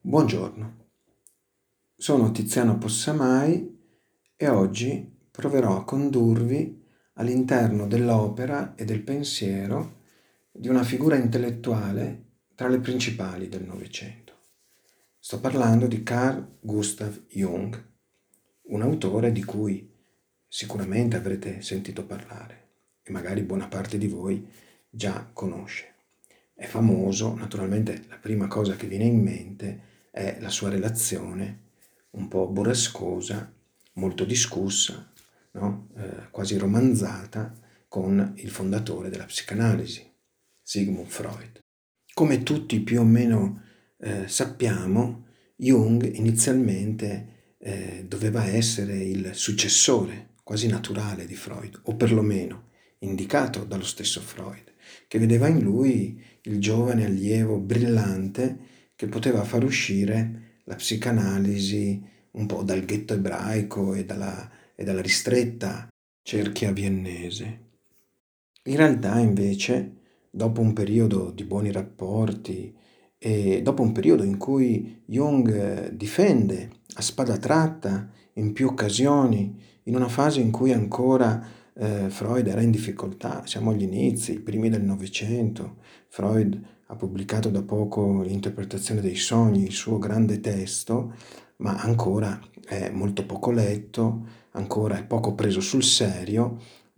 Buongiorno, sono Tiziano Possamai e oggi proverò a condurvi all'interno dell'opera e del pensiero di una figura intellettuale tra le principali del Novecento. Sto parlando di Carl Gustav Jung, un autore di cui sicuramente avrete sentito parlare e magari buona parte di voi già conosce. È famoso, naturalmente la prima cosa che viene in mente è la sua relazione un po' burrascosa, molto discussa, no? Quasi romanzata, con il fondatore della psicanalisi, Sigmund Freud. Come tutti più o meno sappiamo, Jung inizialmente doveva essere il successore quasi naturale di Freud, o perlomeno indicato dallo stesso Freud, che vedeva in lui il giovane allievo brillante che poteva far uscire la psicanalisi un po' dal ghetto ebraico e dalla ristretta cerchia viennese. In realtà, invece, dopo un periodo di buoni rapporti e dopo un periodo in cui Jung difende a spada tratta in più occasioni, in una fase in cui ancora Freud era in difficoltà, siamo agli inizi, i primi del Novecento. Freud ha pubblicato da poco L'interpretazione dei sogni, il suo grande testo, ma ancora è molto poco letto, ancora è poco preso sul serio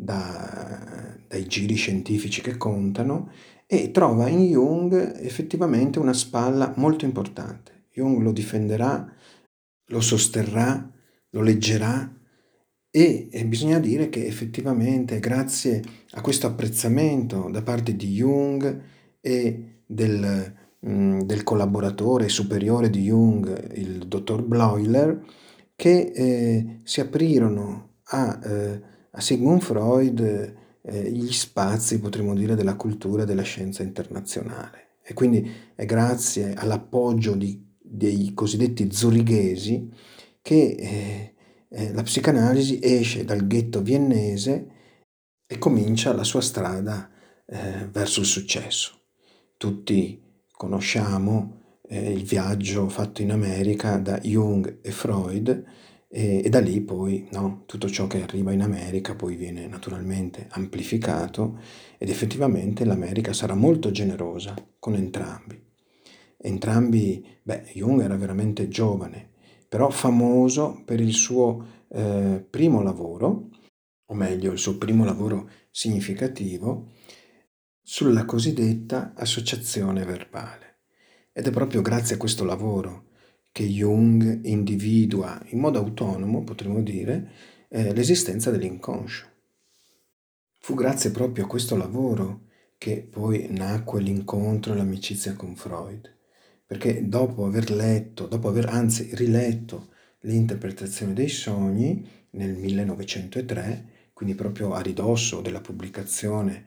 dai giri scientifici che contano, e trova in Jung effettivamente una spalla molto importante. Jung lo difenderà, lo sosterrà, lo leggerà e bisogna dire che effettivamente grazie a questo apprezzamento da parte di Jung e del collaboratore superiore di Jung, il dottor Bleuler, che si aprirono a Sigmund Freud gli spazi, potremmo dire, della cultura e della scienza internazionale. E quindi è grazie all'appoggio dei cosiddetti zurighesi che la psicanalisi esce dal ghetto viennese e comincia la sua strada verso il successo. Tutti conosciamo il viaggio fatto in America da Jung e Freud e da lì poi no, tutto ciò che arriva in America poi viene naturalmente amplificato ed effettivamente l'America sarà molto generosa con entrambi. Jung era veramente giovane, però famoso per il suo primo lavoro, o meglio il suo primo lavoro significativo, sulla cosiddetta associazione verbale. Ed è proprio grazie a questo lavoro che Jung individua in modo autonomo, potremmo dire, l'esistenza dell'inconscio. Fu grazie proprio a questo lavoro che poi nacque l'incontro e l'amicizia con Freud, perché dopo aver letto, anzi riletto l'interpretazione dei sogni nel 1903, quindi proprio a ridosso della pubblicazione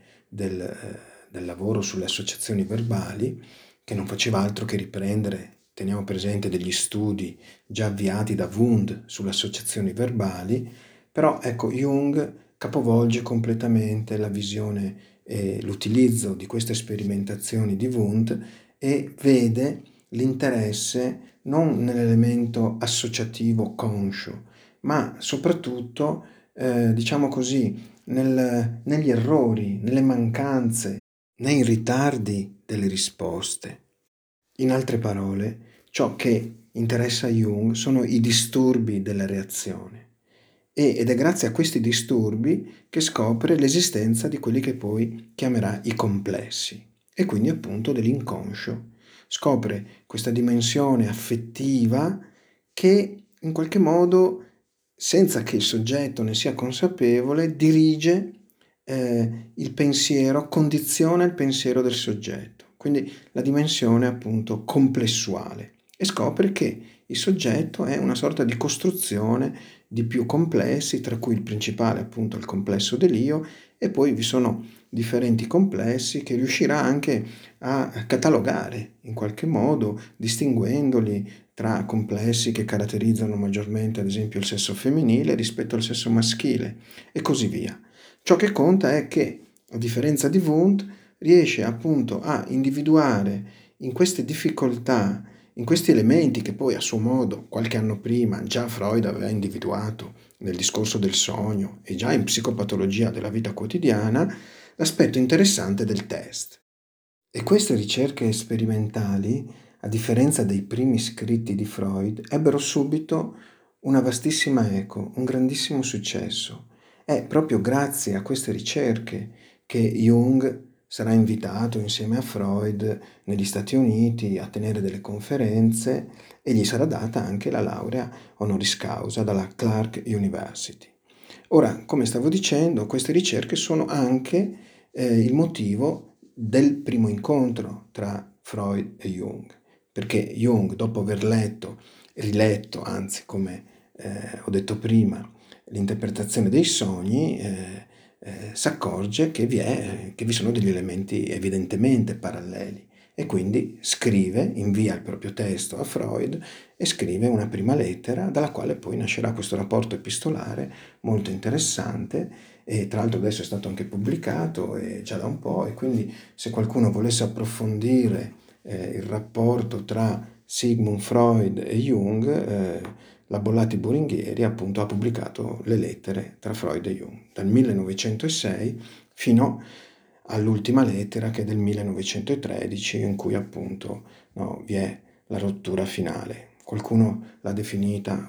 del lavoro sulle associazioni verbali, che non faceva altro che riprendere, teniamo presente, degli studi già avviati da Wundt sulle associazioni verbali, però ecco, Jung capovolge completamente la visione e l'utilizzo di queste sperimentazioni di Wundt e vede l'interesse non nell'elemento associativo conscio, ma soprattutto, diciamo così, negli errori, nelle mancanze, nei ritardi delle risposte. In altre parole, ciò che interessa a Jung sono i disturbi della reazione. Ed è grazie a questi disturbi che scopre l'esistenza di quelli che poi chiamerà i complessi, e quindi appunto dell'inconscio. Scopre questa dimensione affettiva che in qualche modo, senza che il soggetto ne sia consapevole, dirige il pensiero, condiziona il pensiero del soggetto. Quindi la dimensione appunto complessuale. E scopre che il soggetto è una sorta di costruzione di più complessi, tra cui il principale appunto è il complesso dell'io, e poi vi sono differenti complessi che riuscirà anche a catalogare in qualche modo, distinguendoli tra complessi che caratterizzano maggiormente ad esempio il sesso femminile rispetto al sesso maschile e così via. Ciò che conta è che, a differenza di Wundt, riesce appunto a individuare in queste difficoltà in questi elementi che poi a suo modo, qualche anno prima, già Freud aveva individuato nel discorso del sogno e già in psicopatologia della vita quotidiana, l'aspetto interessante del test. E queste ricerche sperimentali, a differenza dei primi scritti di Freud, ebbero subito una vastissima eco, un grandissimo successo. È proprio grazie a queste ricerche che Jung sarà invitato insieme a Freud negli Stati Uniti a tenere delle conferenze e gli sarà data anche la laurea honoris causa dalla Clark University. Ora, come stavo dicendo, queste ricerche sono anche il motivo del primo incontro tra Freud e Jung, perché Jung, dopo aver riletto, anzi, come ho detto prima, l'interpretazione dei sogni, si accorge che vi sono degli elementi evidentemente paralleli e quindi invia il proprio testo a Freud e scrive una prima lettera dalla quale poi nascerà questo rapporto epistolare molto interessante e tra l'altro adesso è stato anche pubblicato già da un po' e quindi se qualcuno volesse approfondire il rapporto tra Sigmund Freud e Jung, la Bollati Buringhieri appunto ha pubblicato le lettere tra Freud e Jung dal 1906 fino all'ultima lettera che è del 1913 in cui appunto vi è la rottura finale. Qualcuno l'ha definita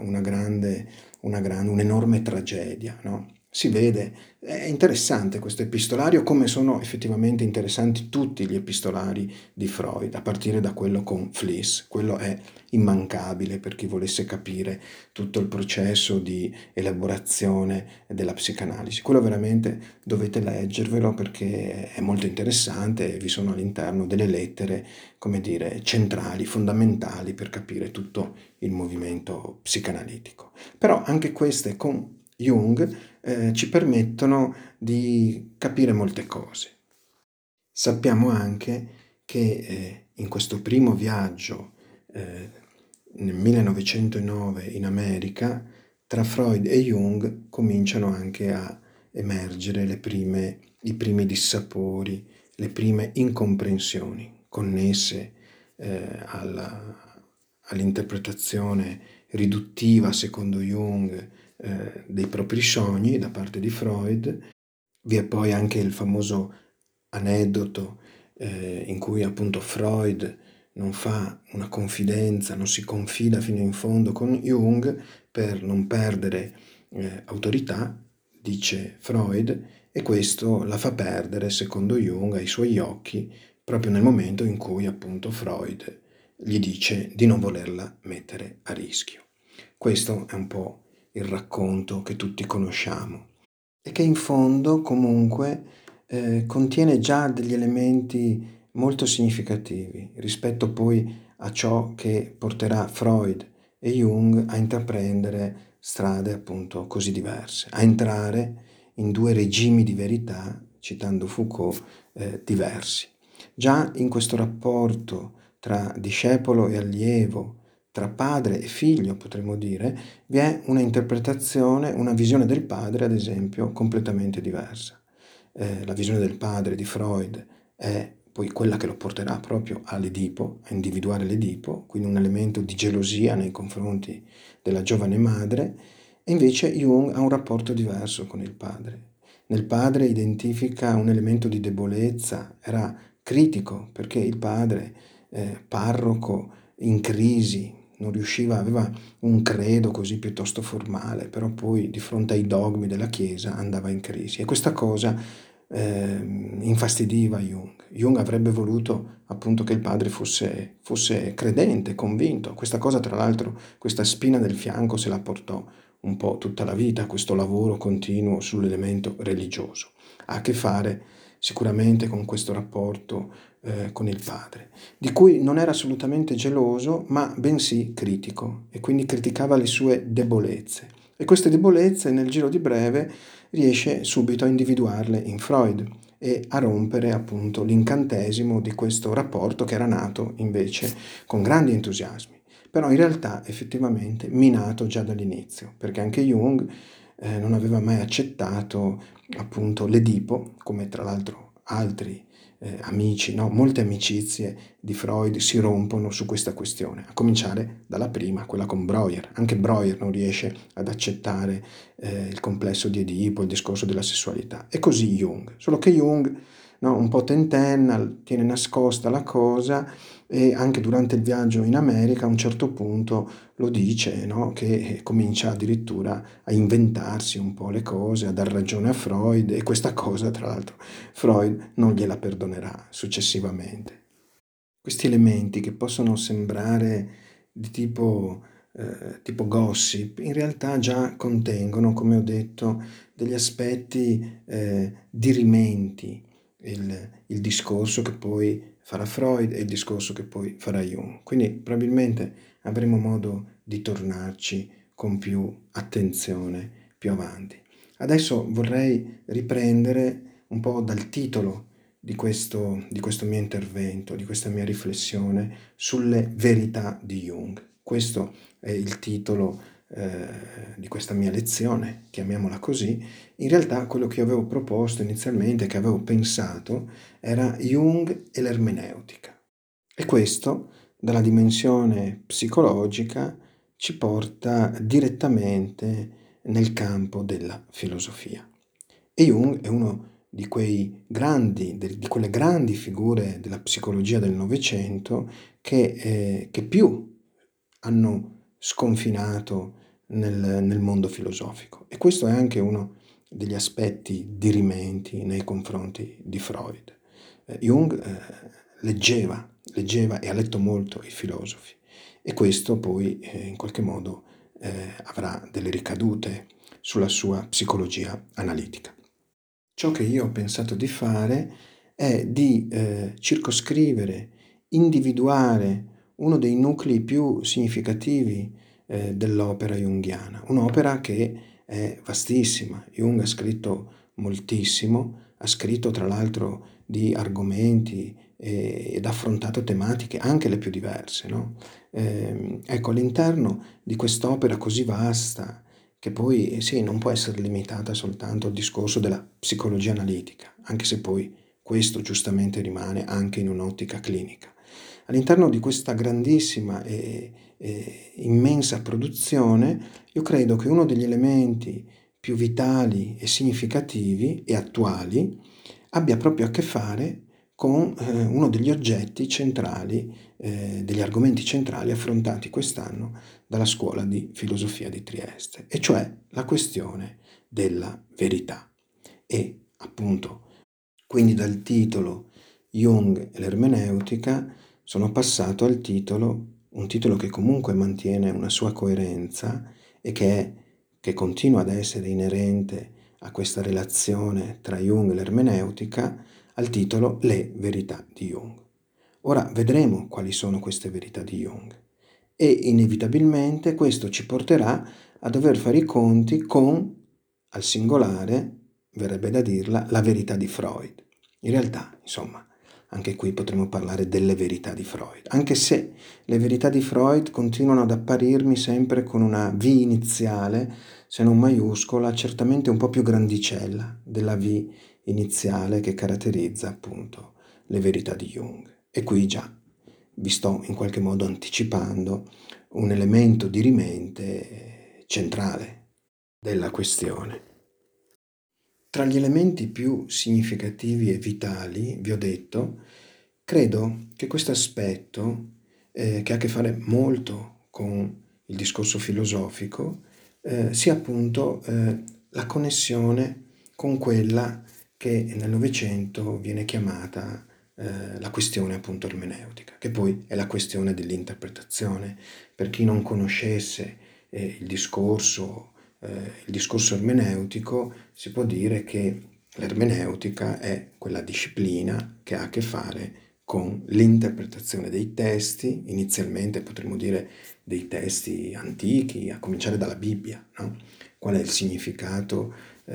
un'enorme tragedia, no? Si vede, è interessante questo epistolario, come sono effettivamente interessanti tutti gli epistolari di Freud, a partire da quello con Fliess. Quello è immancabile per chi volesse capire tutto il processo di elaborazione della psicanalisi. Quello veramente dovete leggervelo perché è molto interessante e vi sono all'interno delle lettere, come dire, centrali, fondamentali per capire tutto il movimento psicanalitico. Però anche queste con Jung ci permettono di capire molte cose. Sappiamo anche che in questo primo viaggio nel 1909 in America, tra Freud e Jung cominciano anche a emergere i primi dissapori, le prime incomprensioni connesse all'interpretazione riduttiva, secondo Jung, dei propri sogni da parte di Freud. Vi è poi anche il famoso aneddoto in cui appunto Freud non fa una confidenza, non si confida fino in fondo con Jung per non perdere autorità, dice Freud, e questo la fa perdere, secondo Jung, ai suoi occhi, proprio nel momento in cui appunto Freud gli dice di non volerla mettere a rischio. Questo è un po' il racconto che tutti conosciamo e che in fondo comunque contiene già degli elementi molto significativi rispetto poi a ciò che porterà Freud e Jung a intraprendere strade appunto così diverse, a entrare in due regimi di verità, citando Foucault, diversi. Già in questo rapporto tra discepolo e allievo, tra padre e figlio, potremmo dire, vi è una interpretazione, una visione del padre, ad esempio, completamente diversa. La visione del padre di Freud è poi quella che lo porterà proprio all'Edipo, a individuare l'Edipo, quindi un elemento di gelosia nei confronti della giovane madre, e invece Jung ha un rapporto diverso con il padre. Nel padre identifica un elemento di debolezza, era critico perché il padre, parroco in crisi, non riusciva, aveva un credo così piuttosto formale, però poi di fronte ai dogmi della Chiesa andava in crisi e questa cosa infastidiva Jung. Jung avrebbe voluto appunto che il padre fosse credente, convinto. Questa cosa, tra l'altro, questa spina del fianco se la portò un po' tutta la vita, questo lavoro continuo sull'elemento religioso. Ha a che fare sicuramente con questo rapporto con il padre, di cui non era assolutamente geloso, ma bensì critico, e quindi criticava le sue debolezze. E queste debolezze, nel giro di breve, riesce subito a individuarle in Freud e a rompere appunto l'incantesimo di questo rapporto che era nato invece con grandi entusiasmi, però in realtà effettivamente minato già dall'inizio, perché anche Jung non aveva mai accettato appunto l'Edipo, come tra l'altro altri amici, no? Molte amicizie di Freud si rompono su questa questione, a cominciare dalla prima, quella con Breuer. Anche Breuer non riesce ad accettare il complesso di Edipo, il discorso della sessualità. E così Jung, solo che Jung, no, un po' tentenna, tiene nascosta la cosa e anche durante il viaggio in America a un certo punto lo dice, no, che comincia addirittura a inventarsi un po' le cose, a dar ragione a Freud e questa cosa tra l'altro Freud non gliela perdonerà successivamente. Questi elementi che possono sembrare di tipo gossip, in realtà già contengono, come ho detto, degli aspetti dirimenti, il discorso che poi farà Freud e il discorso che poi farà Jung. Quindi probabilmente avremo modo di tornarci con più attenzione più avanti. Adesso vorrei riprendere un po' dal titolo di questo mio intervento, di questa mia riflessione sulle verità di Jung. Questo è il titolo di questa mia lezione, chiamiamola così. In realtà quello che io avevo proposto inizialmente, che avevo pensato, era Jung e l'ermeneutica. E questo, dalla dimensione psicologica, ci porta direttamente nel campo della filosofia. E Jung è uno di quelle grandi figure della psicologia del Novecento che più hanno sconfinato nel mondo filosofico. E questo è anche uno degli aspetti dirimenti nei confronti di Freud. Jung leggeva e ha letto molto i filosofi e questo poi in qualche modo avrà delle ricadute sulla sua psicologia analitica. Ciò che io ho pensato di fare è di circoscrivere, individuare uno dei nuclei più significativi dell'opera junghiana, un'opera che è vastissima. Jung ha scritto moltissimo, ha scritto tra l'altro di argomenti ed ha affrontato tematiche anche le più diverse, no? Ecco, all'interno di quest'opera così vasta, che poi sì, non può essere limitata soltanto al discorso della psicologia analitica, anche se poi questo giustamente rimane anche in un'ottica clinica. All'interno di questa grandissima e immensa produzione, io credo che uno degli elementi più vitali e significativi e attuali abbia proprio a che fare con uno degli oggetti centrali, degli argomenti centrali affrontati quest'anno dalla Scuola di Filosofia di Trieste, e cioè la questione della verità. E appunto, quindi dal titolo Jung e l'ermeneutica sono passato al un titolo che comunque mantiene una sua coerenza e che continua ad essere inerente a questa relazione tra Jung e l'ermeneutica, al titolo Le verità di Jung. Ora vedremo quali sono queste verità di Jung e inevitabilmente questo ci porterà a dover fare i conti con, al singolare, verrebbe da dirla, la verità di Freud. In realtà, insomma, anche qui potremmo parlare delle verità di Freud, anche se le verità di Freud continuano ad apparirmi sempre con una V iniziale, se non maiuscola, certamente un po' più grandicella della V iniziale che caratterizza appunto le verità di Jung. E qui già vi sto in qualche modo anticipando un elemento dirimente centrale della questione. Tra gli elementi più significativi e vitali, vi ho detto, credo che questo aspetto, che ha a che fare molto con il discorso filosofico, sia appunto la connessione con quella che nel Novecento viene chiamata la questione appunto ermeneutica, che poi è la questione dell'interpretazione. Per chi non conoscesse il discorso ermeneutico, si può dire che l'ermeneutica è quella disciplina che ha a che fare con l'interpretazione dei testi, inizialmente potremmo dire dei testi antichi, a cominciare dalla Bibbia, no? Qual è il significato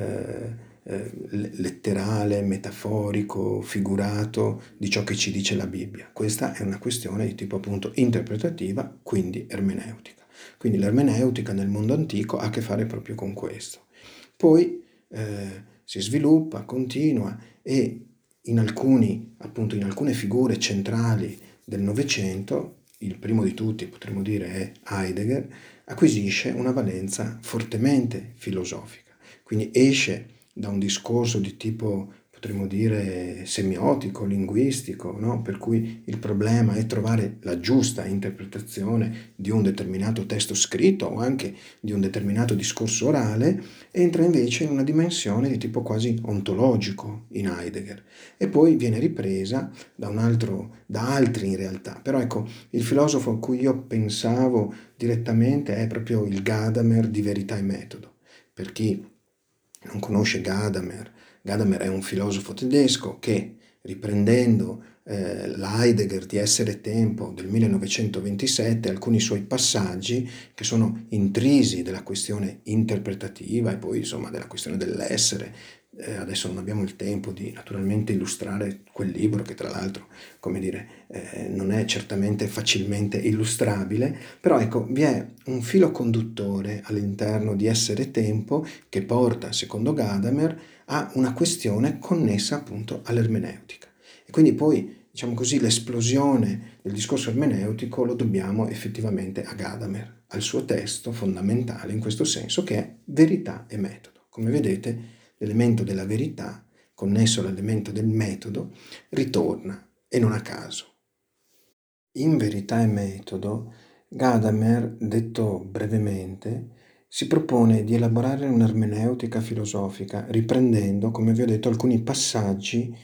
letterale, metaforico, figurato di ciò che ci dice la Bibbia? Questa è una questione di tipo appunto interpretativa, quindi ermeneutica. Quindi l'ermeneutica nel mondo antico ha a che fare proprio con questo. Poi si sviluppa, continua e appunto in alcune figure centrali del Novecento, il primo di tutti potremmo dire è Heidegger, acquisisce una valenza fortemente filosofica. Quindi esce da un discorso di tipo, potremmo dire, semiotico, linguistico, no? Per cui il problema è trovare la giusta interpretazione di un determinato testo scritto o anche di un determinato discorso orale, entra invece in una dimensione di tipo quasi ontologico in Heidegger e poi viene ripresa da altri in realtà. Però ecco, il filosofo a cui io pensavo direttamente è proprio il Gadamer di Verità e Metodo. Per chi non conosce Gadamer, Gadamer è un filosofo tedesco che, riprendendo l'Heidegger di Essere e Tempo del 1927, alcuni suoi passaggi che sono intrisi della questione interpretativa e poi insomma della questione dell'essere. Adesso non abbiamo il tempo di naturalmente illustrare quel libro che tra l'altro, come dire, non è certamente facilmente illustrabile, però ecco, vi è un filo conduttore all'interno di Essere e Tempo che porta, secondo Gadamer, a una questione connessa appunto all'ermeneutica. E quindi poi, diciamo così, l'esplosione del discorso ermeneutico lo dobbiamo effettivamente a Gadamer, al suo testo fondamentale in questo senso che è Verità e Metodo. Come vedete, l'elemento della verità, connesso all'elemento del metodo, ritorna e non a caso. In Verità e Metodo, Gadamer, detto brevemente, si propone di elaborare un'ermeneutica filosofica riprendendo, come vi ho detto, alcuni passaggi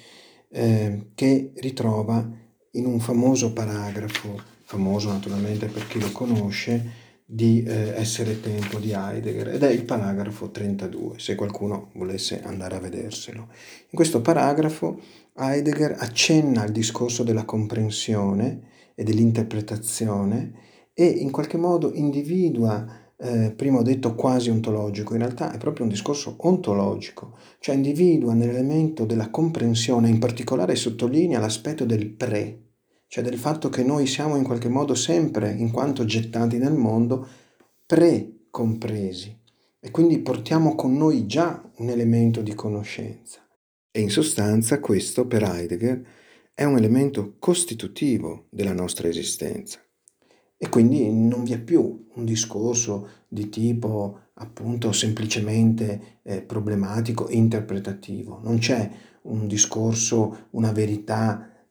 che ritrova in un famoso paragrafo, famoso naturalmente per chi lo conosce, di Essere e Tempo di Heidegger, ed è il paragrafo 32, se qualcuno volesse andare a vederselo. In questo paragrafo Heidegger accenna al discorso della comprensione e dell'interpretazione e in qualche modo individua, prima ho detto quasi ontologico, in realtà è proprio un discorso ontologico, cioè individua nell'elemento della comprensione, in particolare sottolinea l'aspetto del pre, cioè del fatto che noi siamo in qualche modo sempre, in quanto gettati nel mondo, pre-compresi e quindi portiamo con noi già un elemento di conoscenza. E in sostanza questo, per Heidegger, è un elemento costitutivo della nostra esistenza. E quindi non vi è più un discorso di tipo appunto semplicemente problematico, interpretativo. Non c'è un discorso, una verità,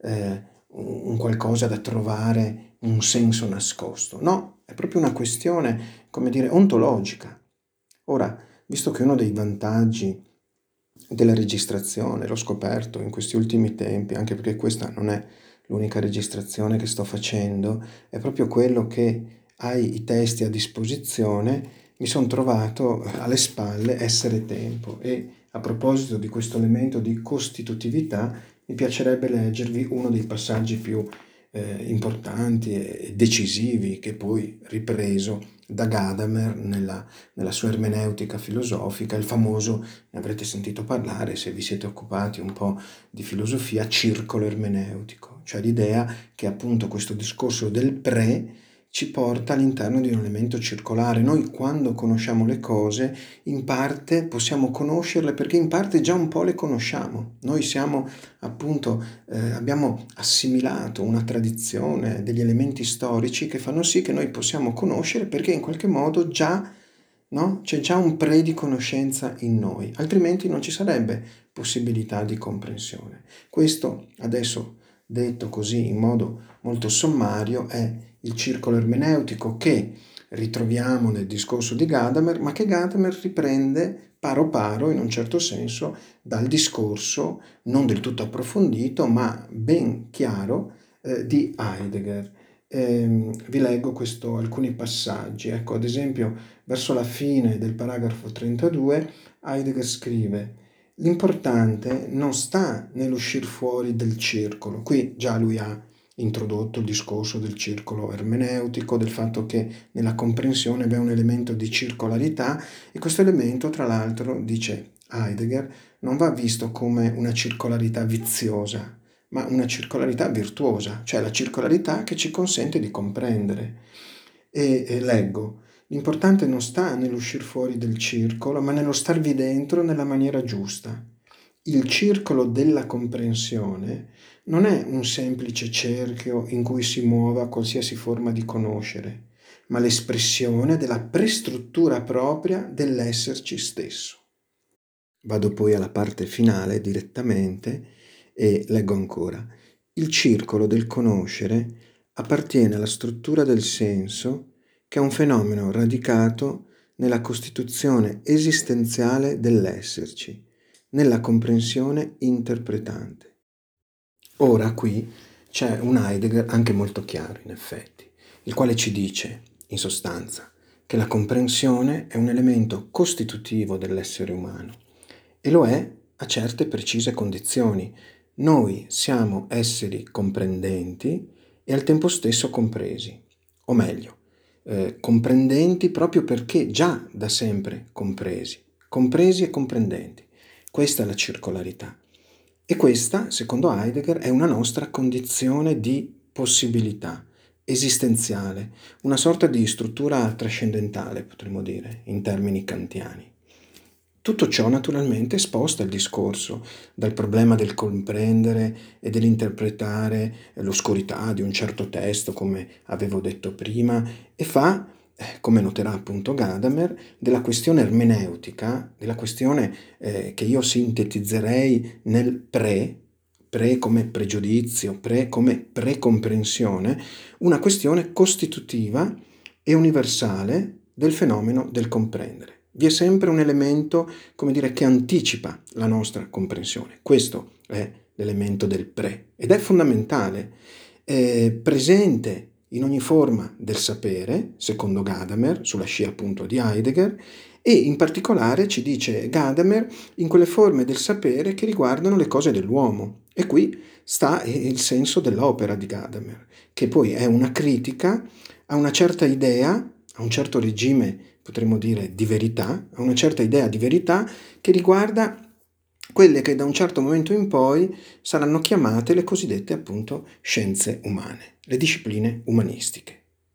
un qualcosa da trovare, un senso nascosto. No, è proprio una questione, come dire, ontologica. Ora, visto che uno dei vantaggi della registrazione, l'ho scoperto in questi ultimi tempi, anche perché questa non è l'unica registrazione che sto facendo, è proprio quello che hai i testi a disposizione, mi sono trovato alle spalle Essere e Tempo e a proposito di questo elemento di costitutività mi piacerebbe leggervi uno dei passaggi più importanti e decisivi che poi ripreso da Gadamer nella sua ermeneutica filosofica, il famoso, ne avrete sentito parlare se vi siete occupati un po' di filosofia, circolo ermeneutico, cioè l'idea che appunto questo discorso del pre ci porta all'interno di un elemento circolare. Noi quando conosciamo le cose, in parte possiamo conoscerle perché in parte già un po' le conosciamo. Noi siamo appunto, abbiamo assimilato una tradizione, degli elementi storici che fanno sì che noi possiamo conoscere perché in qualche modo già, no? C'è già un pre di conoscenza in noi, altrimenti non ci sarebbe possibilità di comprensione. Questo adesso detto così in modo molto sommario è il circolo ermeneutico che ritroviamo nel discorso di Gadamer, ma che Gadamer riprende paro paro in un certo senso dal discorso non del tutto approfondito ma ben chiaro di Heidegger. Vi leggo alcuni passaggi. Ecco, ad esempio, verso la fine del paragrafo 32, Heidegger scrive: l'importante non sta nell'uscire fuori del circolo. Qui già lui ha introdotto il discorso del circolo ermeneutico, del fatto che nella comprensione vi è un elemento di circolarità e questo elemento, tra l'altro, dice Heidegger, non va visto come una circolarità viziosa, ma una circolarità virtuosa, cioè la circolarità che ci consente di comprendere. E leggo: l'importante non sta nell'uscire fuori del circolo, ma nello starvi dentro nella maniera giusta. Il circolo della comprensione non è un semplice cerchio in cui si muova qualsiasi forma di conoscere, ma l'espressione della prestruttura propria dell'esserci stesso. Vado poi alla parte finale direttamente e leggo ancora. Il circolo del conoscere appartiene alla struttura del senso, che è un fenomeno radicato nella costituzione esistenziale dell'esserci, nella comprensione interpretante. Ora qui c'è un Heidegger anche molto chiaro, in effetti, il quale ci dice, in sostanza, che la comprensione è un elemento costitutivo dell'essere umano e lo è a certe precise condizioni. Noi siamo esseri comprendenti e al tempo stesso compresi, o meglio, comprendenti proprio perché già da sempre compresi e comprendenti. Questa è la circolarità. E questa, secondo Heidegger, è una nostra condizione di possibilità esistenziale, una sorta di struttura trascendentale, potremmo dire, in termini kantiani. Tutto ciò naturalmente sposta il discorso dal problema del comprendere e dell'interpretare l'oscurità di un certo testo, come avevo detto prima, e fa, come noterà appunto Gadamer, della questione ermeneutica, della questione che io sintetizzerei nel pre come pregiudizio, pre come precomprensione, una questione costitutiva e universale del fenomeno del comprendere. Vi è sempre un elemento, come dire, che anticipa la nostra comprensione. Questo è l'elemento del pre ed è fondamentale, è presente in ogni forma del sapere, secondo Gadamer, sulla scia appunto di Heidegger, e in particolare ci dice Gadamer in quelle forme del sapere che riguardano le cose dell'uomo. E qui sta il senso dell'opera di Gadamer, che poi è una critica a una certa idea, a un certo regime, potremmo dire, di verità, a una certa idea di verità che riguarda quelle che da un certo momento in poi saranno chiamate le cosiddette appunto scienze umane, le discipline umanistiche.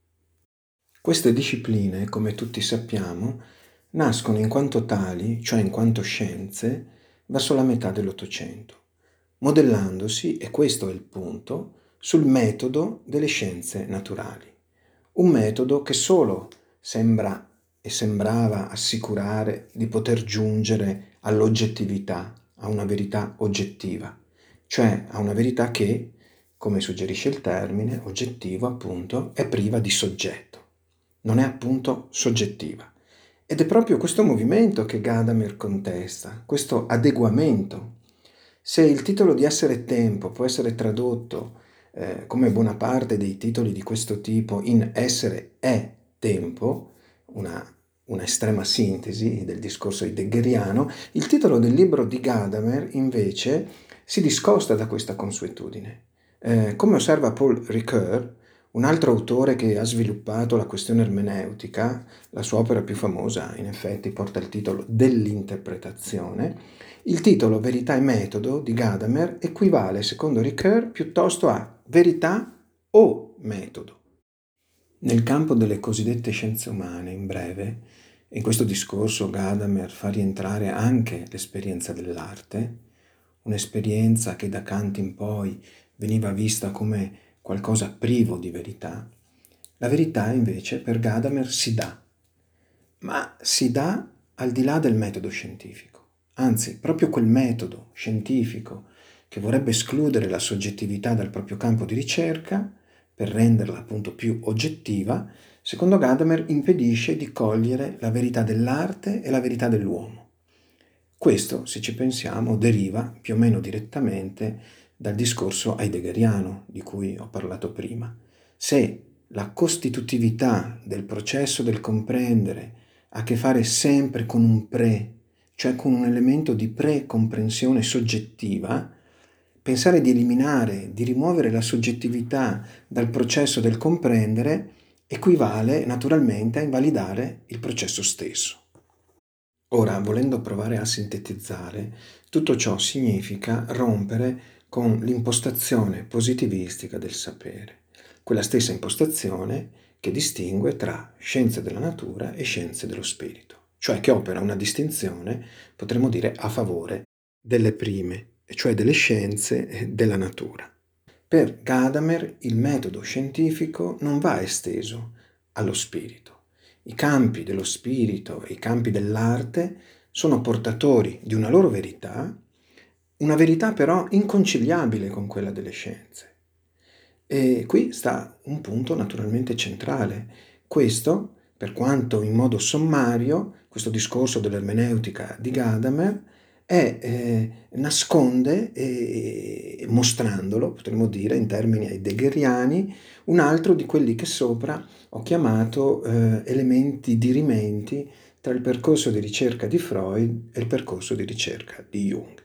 Queste discipline, come tutti sappiamo, nascono in quanto tali, cioè in quanto scienze, verso la metà dell'Ottocento, modellandosi, e questo è il punto, sul metodo delle scienze naturali. Un metodo che solo sembra e sembrava assicurare di poter giungere all'oggettività, a una verità oggettiva, cioè a una verità che, come suggerisce il termine, oggettivo appunto, è priva di soggetto, non è appunto soggettiva. Ed è proprio questo movimento che Gadamer contesta, questo adeguamento. Se il titolo di Essere Tempo può essere tradotto come buona parte dei titoli di questo tipo in Essere è tempo, una estrema sintesi del discorso heideggeriano, il titolo del libro di Gadamer invece si discosta da questa consuetudine. Come osserva Paul Ricoeur, un altro autore che ha sviluppato la questione ermeneutica, la sua opera più famosa in effetti porta il titolo Dell'interpretazione, il titolo Verità e metodo di Gadamer equivale, secondo Ricoeur, piuttosto a verità o metodo. Nel campo delle cosiddette scienze umane, in breve, in questo discorso Gadamer fa rientrare anche l'esperienza dell'arte, un'esperienza che da Kant in poi veniva vista come qualcosa privo di verità. La verità invece per Gadamer si dà, ma si dà al di là del metodo scientifico. Anzi, proprio quel metodo scientifico che vorrebbe escludere la soggettività dal proprio campo di ricerca, per renderla appunto più oggettiva, secondo Gadamer impedisce di cogliere la verità dell'arte e la verità dell'uomo. Questo, se ci pensiamo, deriva più o meno direttamente dal discorso heideggeriano di cui ho parlato prima. Se la costitutività del processo del comprendere ha a che fare sempre con un pre, cioè con un elemento di precomprensione soggettiva, pensare di eliminare, di rimuovere la soggettività dal processo del comprendere equivale naturalmente a invalidare il processo stesso. Ora, volendo provare a sintetizzare, tutto ciò significa rompere con l'impostazione positivistica del sapere, quella stessa impostazione che distingue tra scienze della natura e scienze dello spirito, cioè che opera una distinzione, potremmo dire, a favore delle prime, e cioè delle scienze della natura. Per Gadamer il metodo scientifico non va esteso allo spirito. I campi dello spirito e i campi dell'arte sono portatori di una loro una verità però inconciliabile con quella delle scienze. E qui sta un punto naturalmente centrale. Questo, per quanto in modo sommario, questo discorso dell'ermeneutica di Gadamer nasconde, mostrandolo, potremmo dire, in termini heideggeriani, un altro di quelli che sopra ho chiamato elementi dirimenti tra il percorso di ricerca di Freud e il percorso di ricerca di Jung.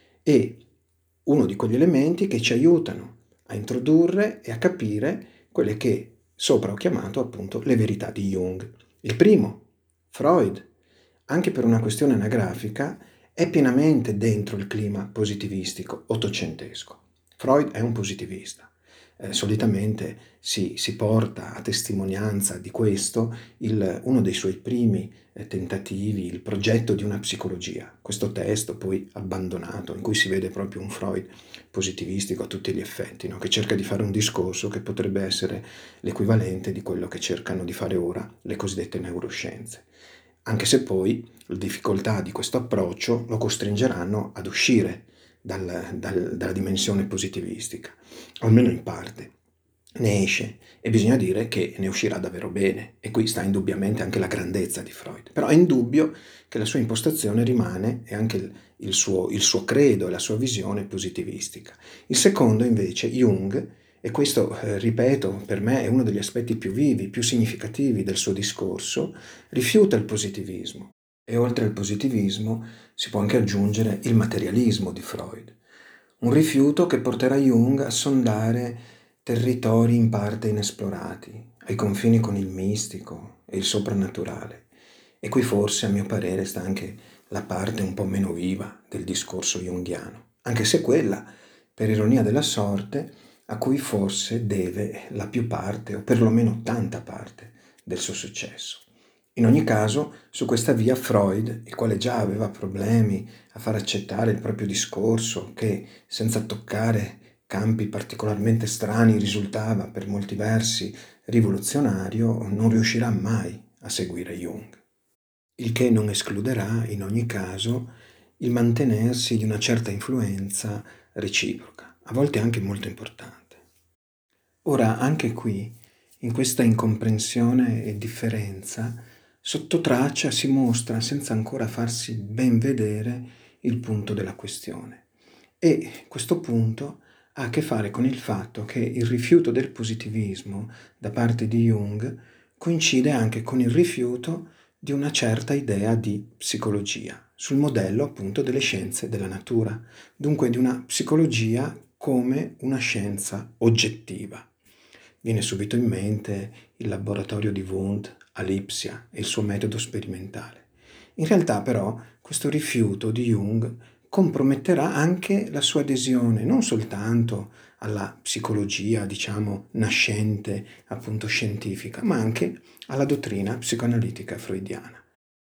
E uno di quegli elementi che ci aiutano a introdurre e a capire quelle che sopra ho chiamato appunto le verità di Jung. Il primo, Freud, anche per una questione anagrafica, è pienamente dentro il clima positivistico ottocentesco. Freud è un positivista. Solitamente si porta a testimonianza di questo uno dei suoi primi tentativi, il progetto di una psicologia. Questo testo poi abbandonato, in cui si vede proprio un Freud positivistico a tutti gli effetti, no? Che cerca di fare un discorso che potrebbe essere l'equivalente di quello che cercano di fare ora le cosiddette neuroscienze. Anche se poi le difficoltà di questo approccio lo costringeranno ad uscire dalla dimensione positivistica, almeno in parte. Ne esce e bisogna dire che ne uscirà davvero bene, e qui sta indubbiamente anche la grandezza di Freud. Però è indubbio che la sua impostazione rimane, e anche il suo credo e la sua visione positivistica. Il secondo invece, Jung, e questo, ripeto, per me è uno degli aspetti più vivi, più significativi del suo discorso, rifiuta il positivismo. E oltre al positivismo si può anche aggiungere il materialismo di Freud. Un rifiuto che porterà Jung a sondare territori in parte inesplorati, ai confini con il mistico e il soprannaturale. E qui forse, a mio parere, sta anche la parte un po' meno viva del discorso junghiano, anche se quella, per ironia della sorte, a cui forse deve la più parte, o perlomeno tanta parte, del suo successo. In ogni caso, su questa via Freud, il quale già aveva problemi a far accettare il proprio discorso, che senza toccare campi particolarmente strani risultava per molti versi rivoluzionario, non riuscirà mai a seguire Jung. Il che non escluderà, in ogni caso, il mantenersi di una certa influenza reciproca, a volte anche molto importante. Ora, anche qui, in questa incomprensione e differenza, sotto traccia si mostra, senza ancora farsi ben vedere, il punto della questione. E questo punto ha a che fare con il fatto che il rifiuto del positivismo da parte di Jung coincide anche con il rifiuto di una certa idea di psicologia, sul modello appunto delle scienze della natura, dunque di una psicologia come una scienza oggettiva. Viene subito in mente il laboratorio di Wundt a Lipsia e il suo metodo sperimentale. In realtà però questo rifiuto di Jung comprometterà anche la sua adesione non soltanto alla psicologia, diciamo, nascente, appunto scientifica, ma anche alla dottrina psicoanalitica freudiana.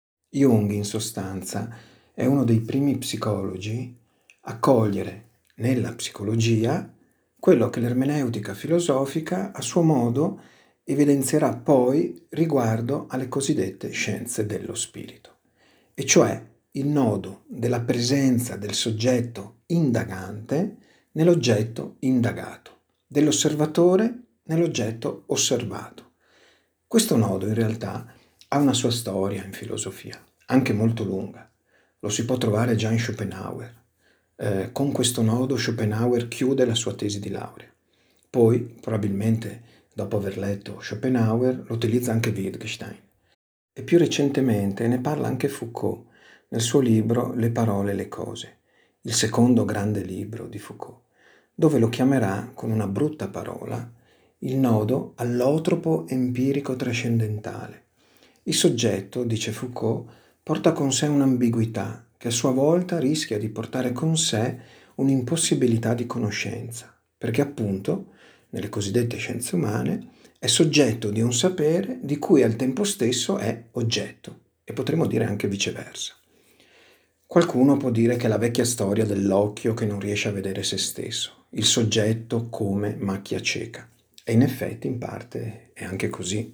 Jung, in sostanza, è uno dei primi psicologi a cogliere nella psicologia quello che l'ermeneutica filosofica, a suo modo, evidenzierà poi riguardo alle cosiddette scienze dello spirito, e cioè il nodo della presenza del soggetto indagante nell'oggetto indagato, dell'osservatore nell'oggetto osservato. Questo nodo in realtà ha una sua storia in filosofia, anche molto lunga. Lo si può trovare già in Schopenhauer. Con questo nodo Schopenhauer chiude la sua tesi di laurea. Poi, probabilmente dopo aver letto Schopenhauer, lo utilizza anche Wittgenstein. E più recentemente ne parla anche Foucault nel suo libro Le parole e le cose, il secondo grande libro di Foucault, dove lo chiamerà con una brutta parola il nodo allotropo empirico trascendentale. Il soggetto, dice Foucault, porta con sé un'ambiguità che a sua volta rischia di portare con sé un'impossibilità di conoscenza, perché appunto, nelle cosiddette scienze umane, è soggetto di un sapere di cui al tempo stesso è oggetto, e potremmo dire anche viceversa. Qualcuno può dire che è la vecchia storia dell'occhio che non riesce a vedere se stesso, il soggetto come macchia cieca. E in effetti, in parte, è anche così.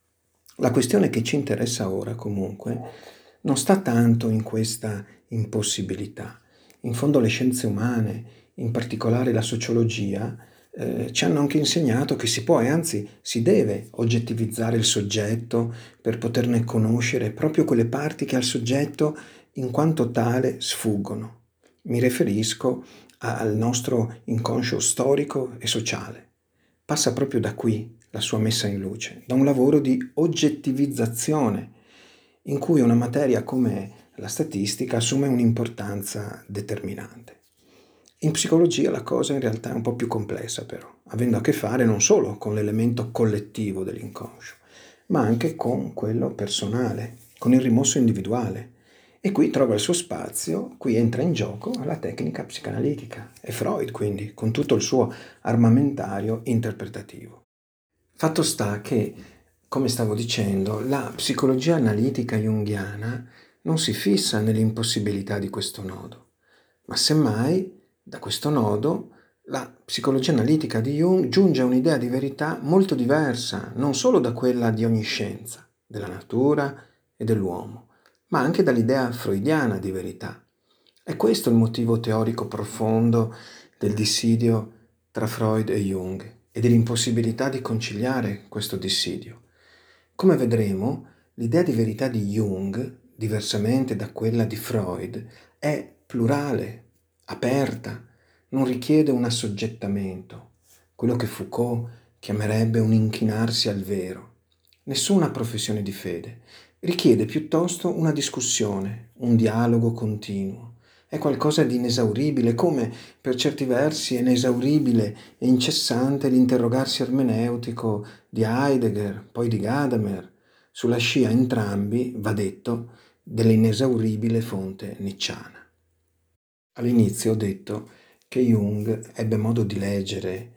La questione che ci interessa ora, comunque, non sta tanto in questa impossibilità. In fondo le scienze umane, in particolare la sociologia, ci hanno anche insegnato che si può e anzi si deve oggettivizzare il soggetto per poterne conoscere proprio quelle parti che al soggetto in quanto tale sfuggono. Mi riferisco al nostro inconscio storico e sociale. Passa proprio da qui la sua messa in luce, da un lavoro di oggettivizzazione, in cui una materia come la statistica assume un'importanza determinante. In psicologia la cosa in realtà è un po' più complessa però, avendo a che fare non solo con l'elemento collettivo dell'inconscio, ma anche con quello personale, con il rimosso individuale. E qui trova il suo spazio, qui entra in gioco la tecnica psicanalitica e Freud quindi, con tutto il suo armamentario interpretativo. Fatto sta che, come stavo dicendo, la psicologia analitica junghiana non si fissa nell'impossibilità di questo nodo, ma semmai da questo nodo la psicologia analitica di Jung giunge a un'idea di verità molto diversa, non solo da quella di ogni scienza, della natura e dell'uomo, ma anche dall'idea freudiana di verità. È questo il motivo teorico profondo del dissidio tra Freud e Jung e dell'impossibilità di conciliare questo dissidio. Come vedremo, l'idea di verità di Jung, diversamente da quella di Freud, è plurale, aperta, non richiede un assoggettamento, quello che Foucault chiamerebbe un inchinarsi al vero. Nessuna professione di fede, richiede piuttosto una discussione, un dialogo continuo. È qualcosa di inesauribile, come per certi versi è inesauribile e incessante l'interrogarsi ermeneutico di Heidegger, poi di Gadamer, sulla scia entrambi, va detto, dell'inesauribile fonte nicciana. All'inizio ho detto che Jung ebbe modo di leggere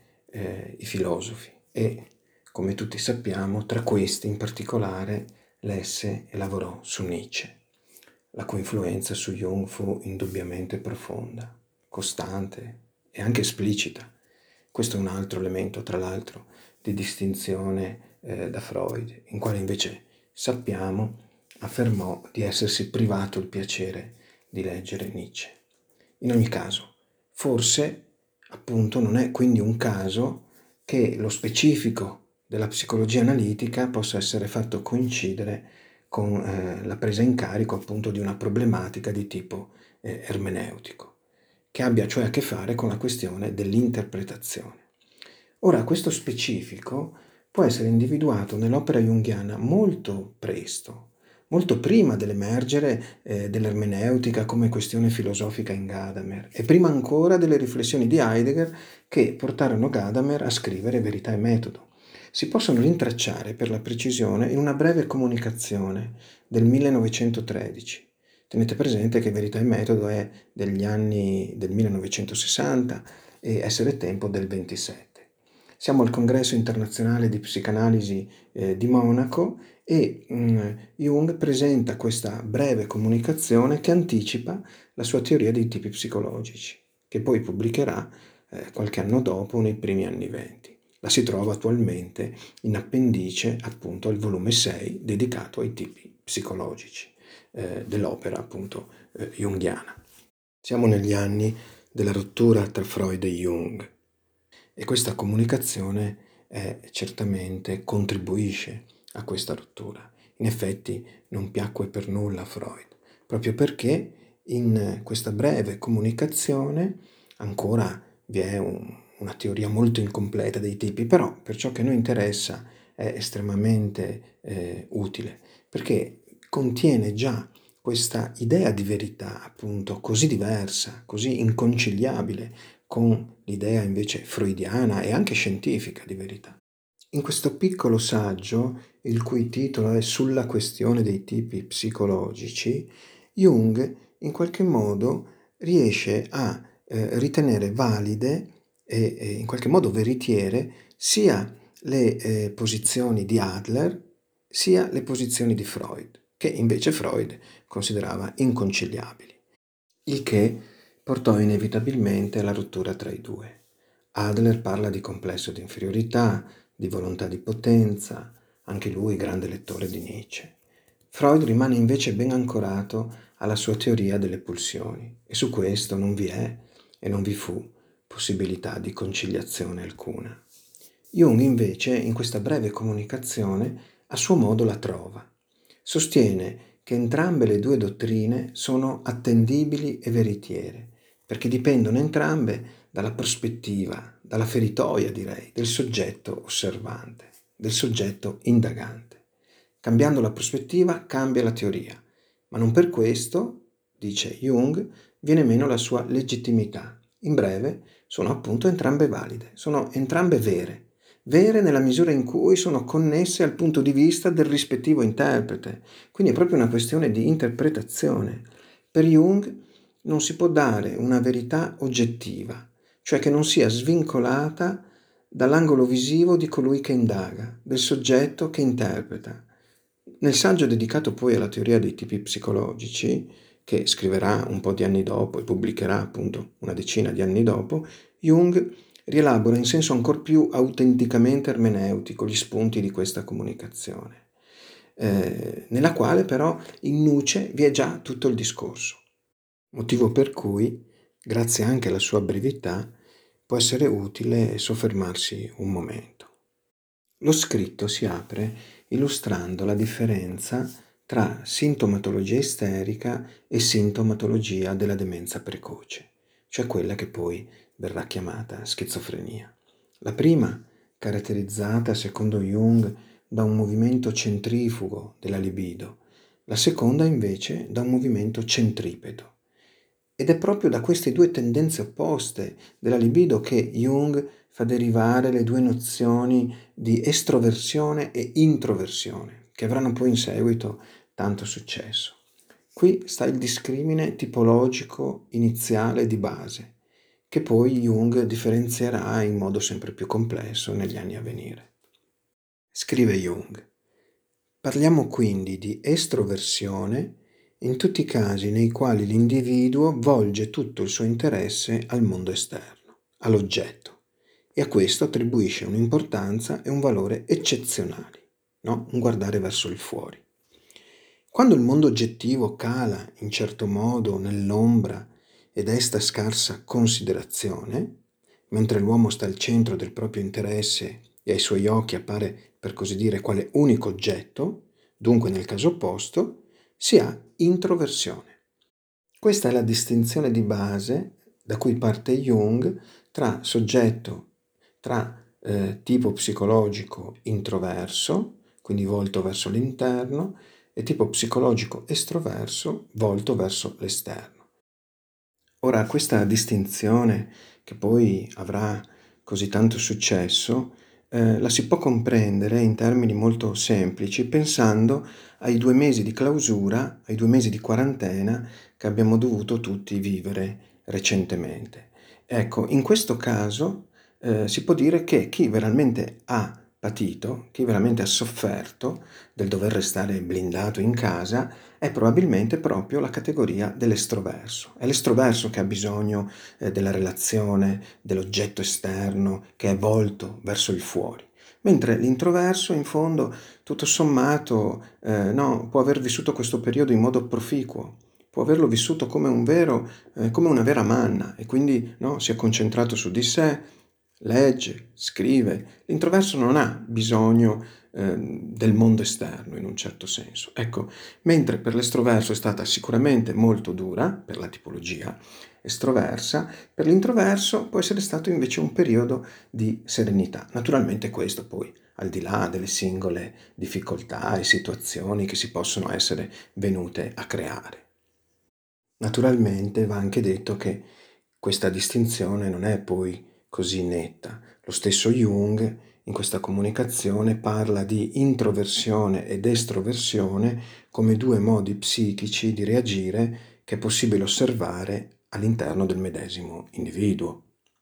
i filosofi e, come tutti sappiamo, tra questi in particolare lesse e lavorò su Nietzsche, la cui influenza su Jung fu indubbiamente profonda, costante e anche esplicita. Questo è un altro elemento, tra l'altro, di distinzione da Freud, in quale invece sappiamo affermò di essersi privato il piacere di leggere Nietzsche. In ogni caso, forse appunto non è quindi un caso che lo specifico della psicologia analitica possa essere fatto coincidere con la presa in carico appunto di una problematica di tipo ermeneutico, che abbia cioè a che fare con la questione dell'interpretazione. Ora, questo specifico può essere individuato nell'opera junghiana molto presto, molto prima dell'emergere dell'ermeneutica come questione filosofica in Gadamer e prima ancora delle riflessioni di Heidegger che portarono Gadamer a scrivere Verità e Metodo. Si possono rintracciare per la precisione in una breve comunicazione del 1913. Tenete presente che Verità e Metodo è degli anni del 1960 e Essere Tempo del 27. Siamo al Congresso internazionale di psicanalisi di Monaco e Jung presenta questa breve comunicazione che anticipa la sua teoria dei tipi psicologici, che poi pubblicherà qualche anno dopo, nei primi anni 20. La si trova attualmente in appendice appunto al volume 6 dedicato ai tipi psicologici dell'opera appunto junghiana. Siamo negli anni della rottura tra Freud e Jung e questa comunicazione certamente contribuisce a questa rottura. In effetti non piacque per nulla a Freud, proprio perché in questa breve comunicazione ancora vi è una teoria molto incompleta dei tipi, però per ciò che a noi interessa è estremamente utile, perché contiene già questa idea di verità, appunto, così diversa, così inconciliabile con l'idea invece freudiana e anche scientifica di verità. In questo piccolo saggio, il cui titolo è Sulla questione dei tipi psicologici, Jung in qualche modo riesce a ritenere valide e in qualche modo veritiere sia le posizioni di Adler sia le posizioni di Freud, che invece Freud considerava inconciliabili. il che portò inevitabilmente alla rottura tra i due. Adler parla di complesso di inferiorità, di volontà di potenza, anche lui grande lettore di Nietzsche. Freud rimane invece ben ancorato alla sua teoria delle pulsioni e su questo non vi è e non vi fu possibilità di conciliazione alcuna. Jung invece in questa breve comunicazione a suo modo la trova. Sostiene che entrambe le due dottrine sono attendibili e veritiere, perché dipendono entrambe dalla prospettiva, dalla feritoia direi, del soggetto osservante, del soggetto indagante. Cambiando la prospettiva cambia la teoria, ma non per questo, dice Jung, viene meno la sua legittimità. In breve, sono appunto entrambe valide, sono entrambe vere nella misura in cui sono connesse al punto di vista del rispettivo interprete. Quindi è proprio una questione di interpretazione. Per Jung non si può dare una verità oggettiva, cioè che non sia svincolata dall'angolo visivo di colui che indaga, del soggetto che interpreta. Nel saggio dedicato poi alla teoria dei tipi psicologici, che scriverà un po' di anni dopo e pubblicherà appunto una decina di anni dopo, Jung rielabora in senso ancor più autenticamente ermeneutico gli spunti di questa comunicazione, nella quale però in nuce vi è già tutto il discorso, motivo per cui, grazie anche alla sua brevità, può essere utile soffermarsi un momento. Lo scritto si apre illustrando la differenza tra sintomatologia isterica e sintomatologia della demenza precoce, cioè quella che poi verrà chiamata schizofrenia. La prima, caratterizzata secondo Jung da un movimento centrifugo della libido, la seconda invece da un movimento centripeto. Ed è proprio da queste due tendenze opposte della libido che Jung fa derivare le due nozioni di estroversione e introversione, che avranno poi in seguito tanto successo. Qui sta il discrimine tipologico iniziale di base, che poi Jung differenzierà in modo sempre più complesso negli anni a venire. Scrive Jung: parliamo quindi di estroversione in tutti i casi nei quali l'individuo volge tutto il suo interesse al mondo esterno, all'oggetto, e a questo attribuisce un'importanza e un valore eccezionali, no? Un guardare verso il fuori. Quando il mondo oggettivo cala in certo modo nell'ombra e desta scarsa considerazione, mentre l'uomo sta al centro del proprio interesse e ai suoi occhi appare, per così dire, quale unico oggetto, dunque nel caso opposto, si ha introversione. Questa è la distinzione di base da cui parte Jung tra soggetto, tra tipo psicologico introverso, quindi volto verso l'interno, e tipo psicologico estroverso, volto verso l'esterno. Ora, questa distinzione, che poi avrà così tanto successo, la si può comprendere in termini molto semplici pensando ai 2 mesi di clausura, ai 2 mesi di quarantena che abbiamo dovuto tutti vivere recentemente. Ecco, in questo caso si può dire che chi veramente ha patito, chi veramente ha sofferto del dover restare blindato in casa, è probabilmente proprio la categoria dell'estroverso. È l'estroverso che ha bisogno della relazione, dell'oggetto esterno, che è volto verso il fuori. Mentre l'introverso, in fondo, tutto sommato, no, può aver vissuto questo periodo in modo proficuo, può averlo vissuto come come una vera manna e quindi no, si è concentrato su di sé, legge, scrive. L'introverso non ha bisogno del mondo esterno in un certo senso. Ecco, mentre per l'estroverso è stata sicuramente molto dura, per la tipologia estroversa, per l'introverso può essere stato invece un periodo di serenità. Naturalmente questo poi, al di là delle singole difficoltà e situazioni che si possono essere venute a creare. Naturalmente va anche detto che questa distinzione non è poi così netta. Lo stesso Jung in questa comunicazione parla di introversione ed estroversione come due modi psichici di reagire che è possibile osservare all'interno del medesimo individuo.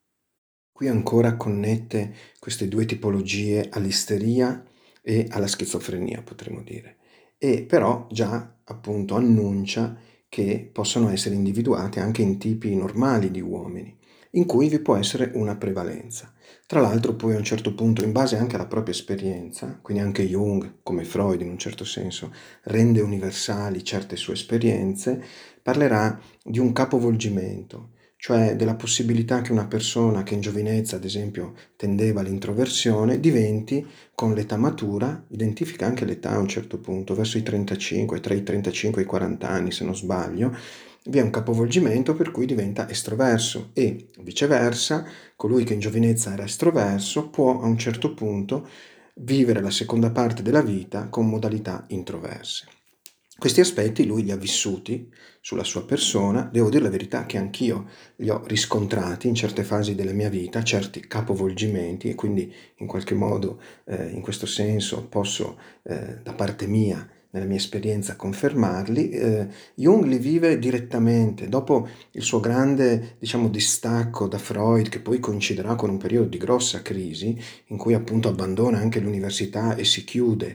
Qui ancora connette queste due tipologie all'isteria e alla schizofrenia, potremmo dire, e però già appunto annuncia che possono essere individuate anche in tipi normali di uomini, in cui vi può essere una prevalenza. Tra l'altro poi a un certo punto, in base anche alla propria esperienza, quindi anche Jung, come Freud in un certo senso, rende universali certe sue esperienze, parlerà di un capovolgimento, cioè della possibilità che una persona che in giovinezza, ad esempio, tendeva all'introversione, diventi, con l'età matura, identifica anche l'età a un certo punto, verso i 35, tra i 35 e i 40 anni se non sbaglio, vi è un capovolgimento per cui diventa estroverso e viceversa, colui che in giovinezza era estroverso può a un certo punto vivere la seconda parte della vita con modalità introverse. Questi aspetti lui li ha vissuti sulla sua persona, devo dire la verità che anch'io li ho riscontrati in certe fasi della mia vita, certi capovolgimenti e quindi in qualche modo in questo senso posso da parte mia nella mia esperienza confermarli. Jung li vive direttamente dopo il suo grande, diciamo, distacco da Freud, che poi coinciderà con un periodo di grossa crisi in cui appunto abbandona anche l'università e si chiude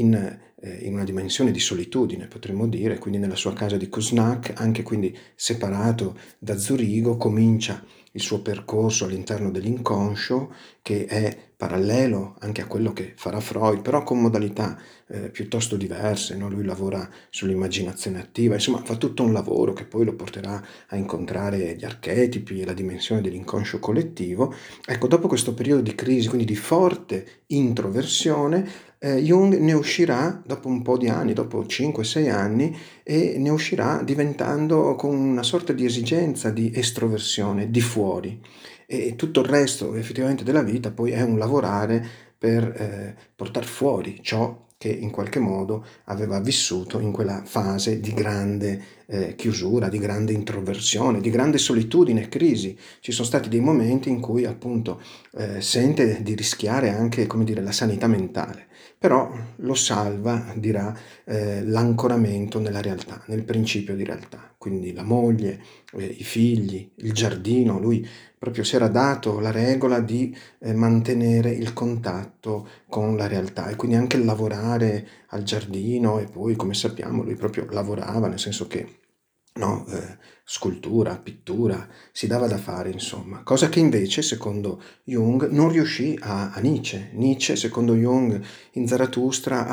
in una dimensione di solitudine, potremmo dire, quindi nella sua casa di Kuznach, anche quindi separato da Zurigo, comincia il suo percorso all'interno dell'inconscio, che è parallelo anche a quello che farà Freud, però con modalità piuttosto diverse, no? Lui lavora sull'immaginazione attiva, insomma fa tutto un lavoro che poi lo porterà a incontrare gli archetipi e la dimensione dell'inconscio collettivo. Ecco, dopo questo periodo di crisi, quindi di forte introversione, Jung ne uscirà dopo un po' di anni, dopo 5-6 anni, e ne uscirà diventando con una sorta di esigenza di estroversione, di fuori. E tutto il resto effettivamente della vita poi è un lavorare per portare fuori ciò che in qualche modo aveva vissuto in quella fase di grande chiusura, di grande introversione, di grande solitudine e crisi. Ci sono stati dei momenti in cui appunto sente di rischiare anche, come dire, la sanità mentale, però lo salva, dirà, l'ancoramento nella realtà, nel principio di realtà. Quindi la moglie, i figli, il giardino, lui proprio si era dato la regola di mantenere il contatto con la realtà e quindi anche il lavorare al giardino e poi, come sappiamo, lui proprio lavorava, nel senso che no, scultura, pittura, si dava da fare, insomma, cosa che invece, secondo Jung, non riuscì a Nietzsche. Nietzsche, secondo Jung, in Zarathustra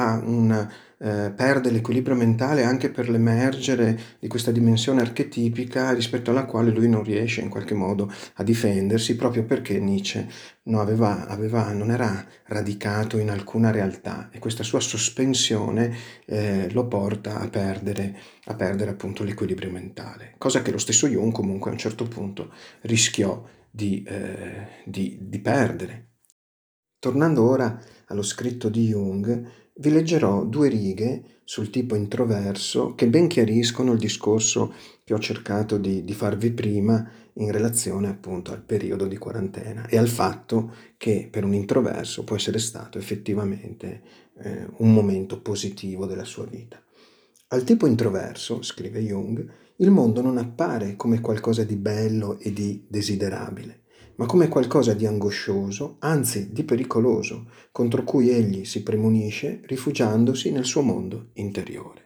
perde l'equilibrio mentale anche per l'emergere di questa dimensione archetipica rispetto alla quale lui non riesce in qualche modo a difendersi, proprio perché Nietzsche non era radicato in alcuna realtà e questa sua sospensione lo porta a perdere appunto l'equilibrio mentale, cosa che lo stesso Jung comunque a un certo punto rischiò di perdere. Tornando ora allo scritto di Jung, vi leggerò 2 righe sul tipo introverso che ben chiariscono il discorso che ho cercato di farvi prima in relazione appunto al periodo di quarantena e al fatto che per un introverso può essere stato effettivamente un momento positivo della sua vita. Al tipo introverso, scrive Jung, il mondo non appare come qualcosa di bello e di desiderabile, ma come qualcosa di angoscioso, anzi di pericoloso, contro cui egli si premunisce rifugiandosi nel suo mondo interiore.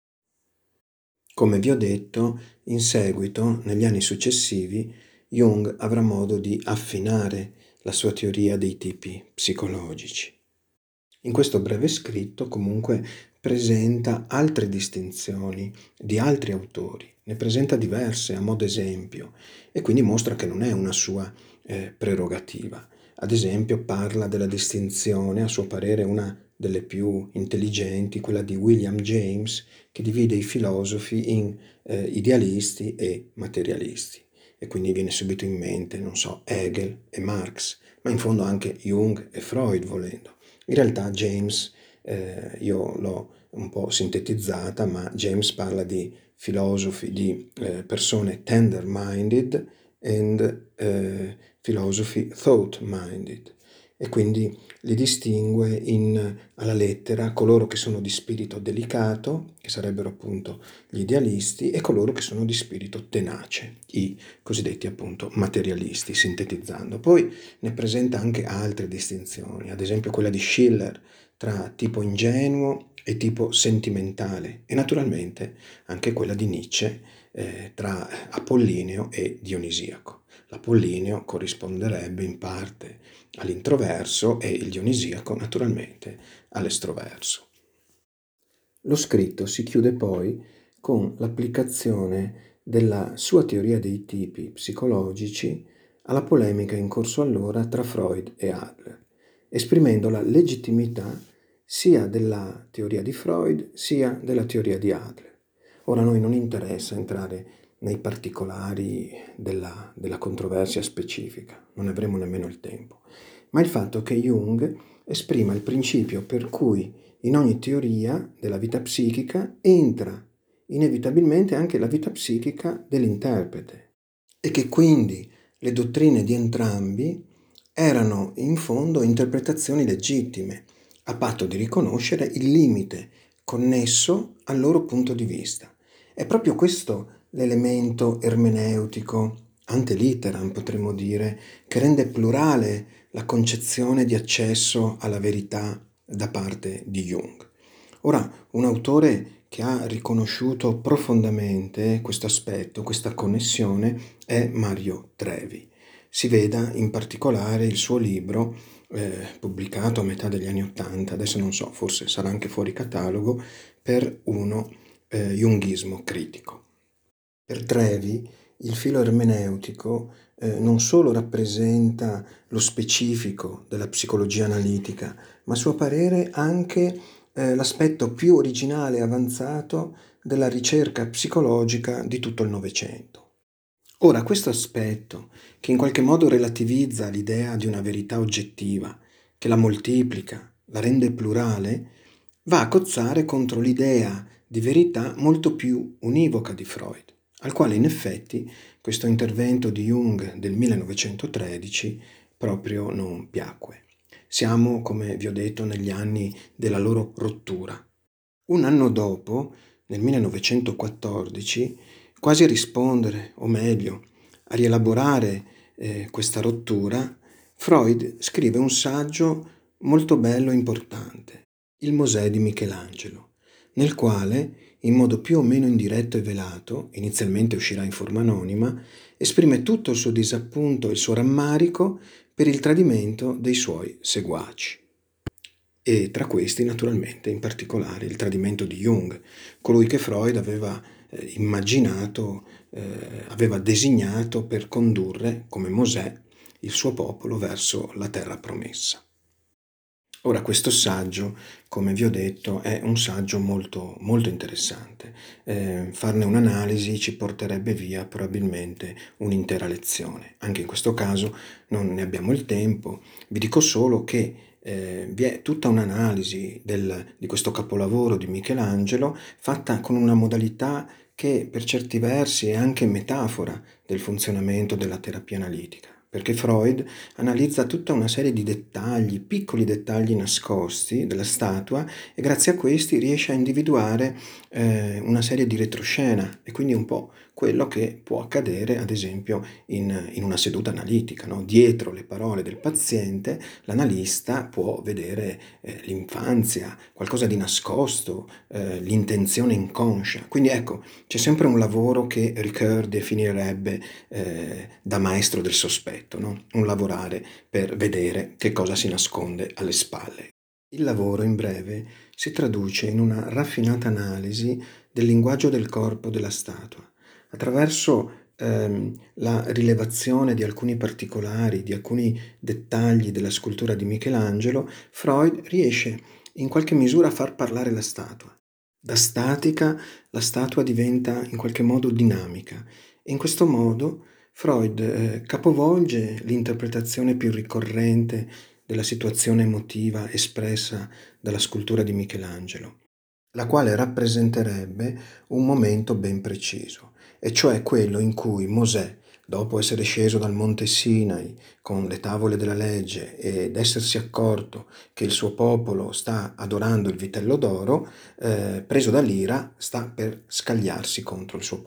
Come vi ho detto, in seguito, negli anni successivi, Jung avrà modo di affinare la sua teoria dei tipi psicologici. In questo breve scritto comunque presenta altre distinzioni di altri autori, ne presenta diverse a modo esempio e quindi mostra che non è una sua prerogativa. Ad esempio parla della distinzione, a suo parere una delle più intelligenti, quella di William James, che divide i filosofi in idealisti e materialisti. E quindi viene subito in mente, non so, Hegel e Marx, ma in fondo anche Jung e Freud volendo. In realtà James, io l'ho un po' sintetizzata, ma James parla di filosofi, di persone tender-minded and filosofi thought-minded e quindi li distingue alla lettera coloro che sono di spirito delicato, che sarebbero appunto gli idealisti, e coloro che sono di spirito tenace, i cosiddetti appunto materialisti, sintetizzando. Poi ne presenta anche altre distinzioni, ad esempio quella di Schiller tra tipo ingenuo e tipo sentimentale, e naturalmente anche quella di Nietzsche tra Apollineo e Dionisiaco. L'Apollineo corrisponderebbe in parte all'introverso e il Dionisiaco naturalmente all'estroverso. Lo scritto si chiude poi con l'applicazione della sua teoria dei tipi psicologici alla polemica in corso allora tra Freud e Adler, esprimendo la legittimità sia della teoria di Freud sia della teoria di Adler. Ora a noi non interessa entrare nei particolari della controversia specifica, non avremo nemmeno il tempo, ma il fatto che Jung esprima il principio per cui in ogni teoria della vita psichica entra inevitabilmente anche la vita psichica dell'interprete e che quindi le dottrine di entrambi erano in fondo interpretazioni legittime, a patto di riconoscere il limite connesso al loro punto di vista. È proprio questo l'elemento ermeneutico, ante litteram potremmo dire, che rende plurale la concezione di accesso alla verità da parte di Jung. Ora, un autore che ha riconosciuto profondamente questo aspetto, questa connessione, è Mario Trevi. Si veda in particolare il suo libro, pubblicato a metà degli anni '80, adesso non so, forse sarà anche fuori catalogo, per uno junghismo critico. Per Trevi il filo ermeneutico non solo rappresenta lo specifico della psicologia analitica, ma a suo parere anche l'aspetto più originale e avanzato della ricerca psicologica di tutto il Novecento. Ora, questo aspetto, che in qualche modo relativizza l'idea di una verità oggettiva, che la moltiplica, la rende plurale, va a cozzare contro l'idea di verità molto più univoca di Freud, al quale in effetti questo intervento di Jung del 1913 proprio non piacque. Siamo, come vi ho detto, negli anni della loro rottura. Un anno dopo, nel 1914, quasi a rispondere, o meglio, a rielaborare questa rottura, Freud scrive un saggio molto bello e importante, Il Mosè di Michelangelo, nel quale, in modo più o meno indiretto e velato, inizialmente uscirà in forma anonima, esprime tutto il suo disappunto e il suo rammarico per il tradimento dei suoi seguaci. E tra questi, naturalmente, in particolare il tradimento di Jung, colui che Freud aveva immaginato, aveva designato per condurre, come Mosè, il suo popolo verso la terra promessa. Ora, questo saggio, come vi ho detto, è un saggio molto, molto interessante. Farne un'analisi ci porterebbe via probabilmente un'intera lezione. Anche in questo caso non ne abbiamo il tempo. Vi dico solo che vi è tutta un'analisi di questo capolavoro di Michelangelo fatta con una modalità che per certi versi è anche metafora del funzionamento della terapia analitica, perché Freud analizza tutta una serie di dettagli, piccoli dettagli nascosti della statua, e grazie a questi riesce a individuare una serie di retroscena, e quindi un po' quello che può accadere ad esempio in una seduta analitica, no? Dietro le parole del paziente l'analista può vedere l'infanzia, qualcosa di nascosto, l'intenzione inconscia. Quindi ecco, c'è sempre un lavoro che Ricoeur definirebbe da maestro del sospetto, no? Un lavorare per vedere che cosa si nasconde alle spalle. Il lavoro, in breve, si traduce in una raffinata analisi del linguaggio del corpo della statua, attraverso la rilevazione di alcuni particolari, di alcuni dettagli della scultura di Michelangelo. Freud riesce in qualche misura a far parlare la statua. Da statica la statua diventa in qualche modo dinamica, e in questo modo Freud capovolge l'interpretazione più ricorrente della situazione emotiva espressa dalla scultura di Michelangelo, la quale rappresenterebbe un momento ben preciso, e cioè quello in cui Mosè, dopo essere sceso dal monte Sinai con le tavole della legge ed essersi accorto che il suo popolo sta adorando il vitello d'oro, preso dall'ira, sta per scagliarsi contro il suo popolo.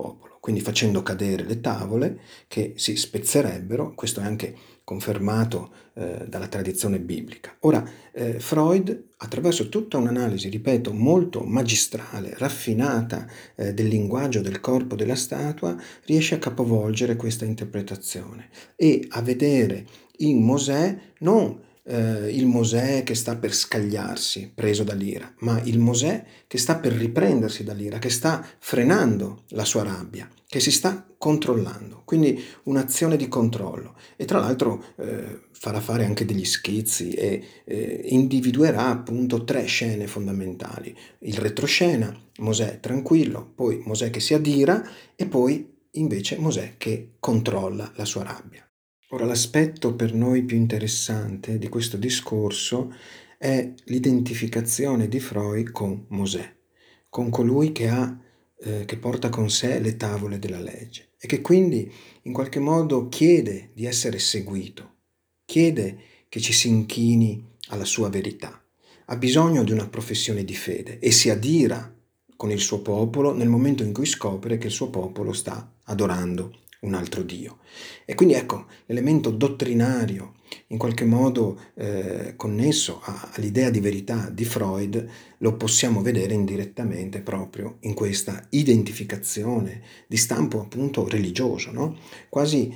quindi facendo cadere le tavole che si spezzerebbero. Questo è anche confermato dalla tradizione biblica. Ora, Freud, attraverso tutta un'analisi, ripeto, molto magistrale, raffinata del linguaggio del corpo della statua, riesce a capovolgere questa interpretazione e a vedere in Mosè non il Mosè che sta per scagliarsi, preso dall'ira, ma il Mosè che sta per riprendersi dall'ira, che sta frenando la sua rabbia, che si sta controllando, quindi un'azione di controllo. E tra l'altro farà fare anche degli schizzi e individuerà appunto 3 scene fondamentali: il retroscena, Mosè tranquillo, poi Mosè che si adira e poi invece Mosè che controlla la sua rabbia. Ora, l'aspetto per noi più interessante di questo discorso è l'identificazione di Freud con Mosè, con colui che porta con sé le tavole della legge e che quindi in qualche modo chiede di essere seguito, chiede che ci si inchini alla sua verità, ha bisogno di una professione di fede e si adira con il suo popolo nel momento in cui scopre che il suo popolo sta adorando un altro Dio. E quindi ecco, l'elemento dottrinario, in qualche modo connesso all'idea di verità di Freud, lo possiamo vedere indirettamente proprio in questa identificazione di stampo appunto religioso, no? Quasi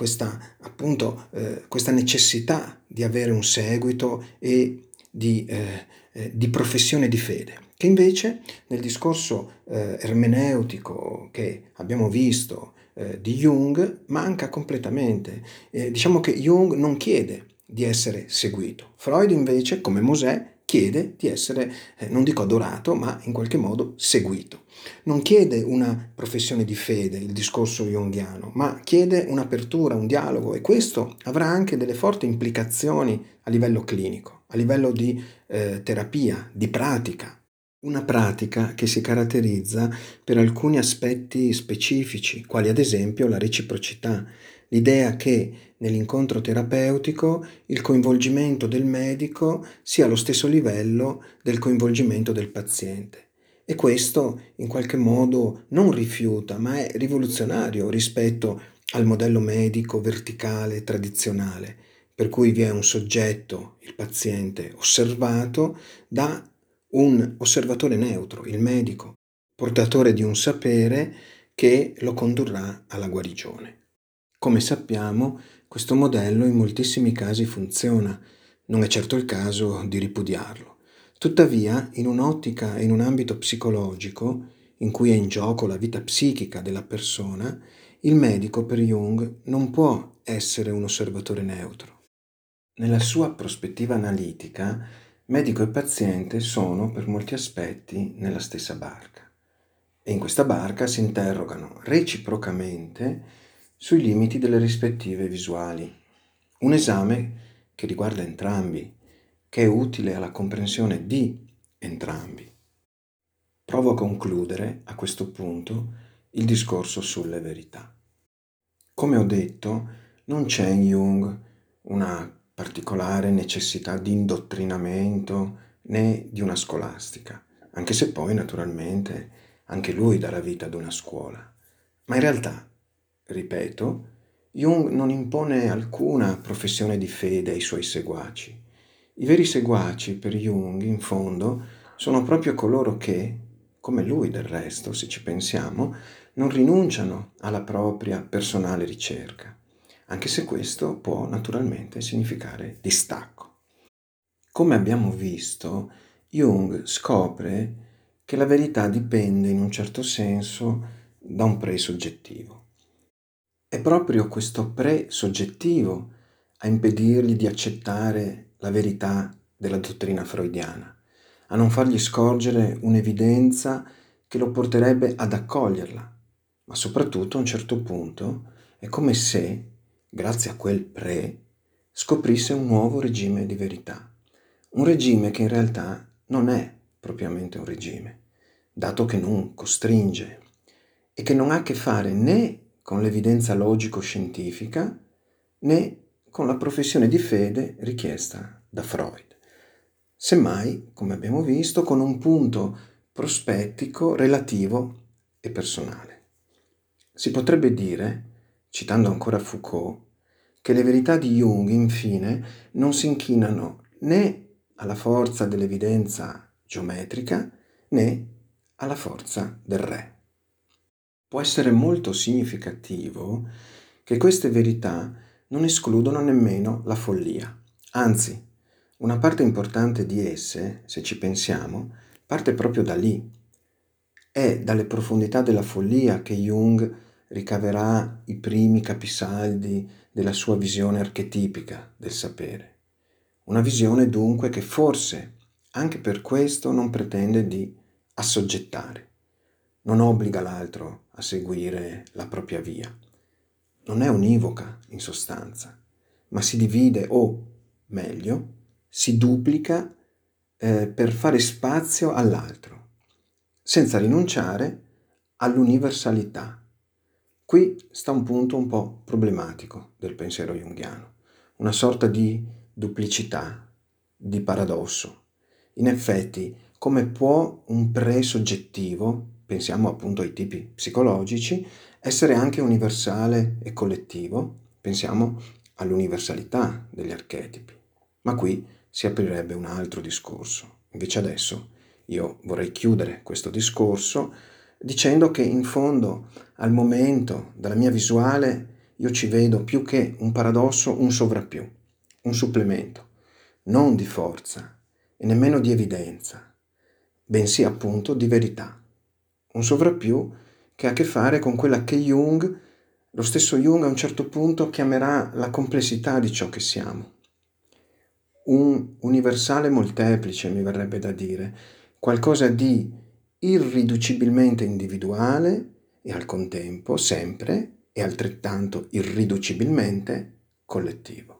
questa necessità di avere un seguito e di professione di fede, che invece nel discorso ermeneutico che abbiamo visto di Jung manca completamente. Diciamo che Jung non chiede di essere seguito. Freud invece, come Mosè, chiede di essere, non dico adorato, ma in qualche modo seguito. Non chiede una professione di fede, il discorso junghiano, ma chiede un'apertura, un dialogo, e questo avrà anche delle forti implicazioni a livello clinico, a livello di terapia, di pratica. Una pratica che si caratterizza per alcuni aspetti specifici, quali ad esempio la reciprocità, l'idea che nell'incontro terapeutico il coinvolgimento del medico sia allo stesso livello del coinvolgimento del paziente. E questo in qualche modo non rifiuta, ma è rivoluzionario rispetto al modello medico verticale tradizionale, per cui vi è un soggetto, il paziente, osservato da un osservatore neutro, il medico, portatore di un sapere che lo condurrà alla guarigione. Come sappiamo, questo modello in moltissimi casi funziona, non è certo il caso di ripudiarlo. Tuttavia, in un'ottica e in un ambito psicologico, in cui è in gioco la vita psichica della persona, il medico per Jung non può essere un osservatore neutro. Nella sua prospettiva analitica, medico e paziente sono per molti aspetti nella stessa barca e in questa barca si interrogano reciprocamente sui limiti delle rispettive visuali. Un esame che riguarda entrambi, che è utile alla comprensione di entrambi. Provo a concludere a questo punto il discorso sulle verità. Come ho detto, non c'è in Jung una particolare necessità di indottrinamento né di una scolastica, anche se poi naturalmente anche lui darà vita ad una scuola. Ma in realtà, ripeto, Jung non impone alcuna professione di fede ai suoi seguaci. I veri seguaci per Jung, in fondo, sono proprio coloro che, come lui del resto, se ci pensiamo, non rinunciano alla propria personale ricerca, anche se questo può naturalmente significare distacco. Come abbiamo visto, Jung scopre che la verità dipende in un certo senso da un pre-soggettivo. È proprio questo pre-soggettivo a impedirgli di accettare la verità della dottrina freudiana, a non fargli scorgere un'evidenza che lo porterebbe ad accoglierla, ma soprattutto a un certo punto è come se, grazie a quel pre, scoprisse un nuovo regime di verità, un regime che in realtà non è propriamente un regime, dato che non costringe e che non ha a che fare né con l'evidenza logico-scientifica né con la professione di fede richiesta da Freud. Semmai, come abbiamo visto, con un punto prospettico relativo e personale. Si potrebbe dire, citando ancora Foucault, che le verità di Jung, infine, non si inchinano né alla forza dell'evidenza geometrica né alla forza del re. Può essere molto significativo che queste verità non escludono nemmeno la follia. Anzi, una parte importante di esse, se ci pensiamo, parte proprio da lì. È dalle profondità della follia che Jung ricaverà i primi capisaldi della sua visione archetipica del sapere. Una visione dunque che forse anche per questo non pretende di assoggettare, non obbliga l'altro a seguire la propria via. Non è univoca in sostanza, ma si divide o, meglio, si duplica per fare spazio all'altro, senza rinunciare all'universalità. Qui sta un punto un po' problematico del pensiero junghiano, una sorta di duplicità, di paradosso. In effetti, come può un pre-soggettivo, pensiamo appunto ai tipi psicologici, essere anche universale e collettivo? Pensiamo all'universalità degli archetipi. Ma qui si aprirebbe un altro discorso. Invece adesso io vorrei chiudere questo discorso dicendo che in fondo al momento dalla mia visuale io ci vedo più che un paradosso, un sovrappiù, un supplemento, non di forza e nemmeno di evidenza, bensì appunto di verità. Un sovrappiù che ha a che fare con quella che Jung, lo stesso Jung a un certo punto chiamerà la complessità di ciò che siamo. Un universale molteplice, mi verrebbe da dire, qualcosa di irriducibilmente individuale e al contempo sempre e altrettanto irriducibilmente collettivo.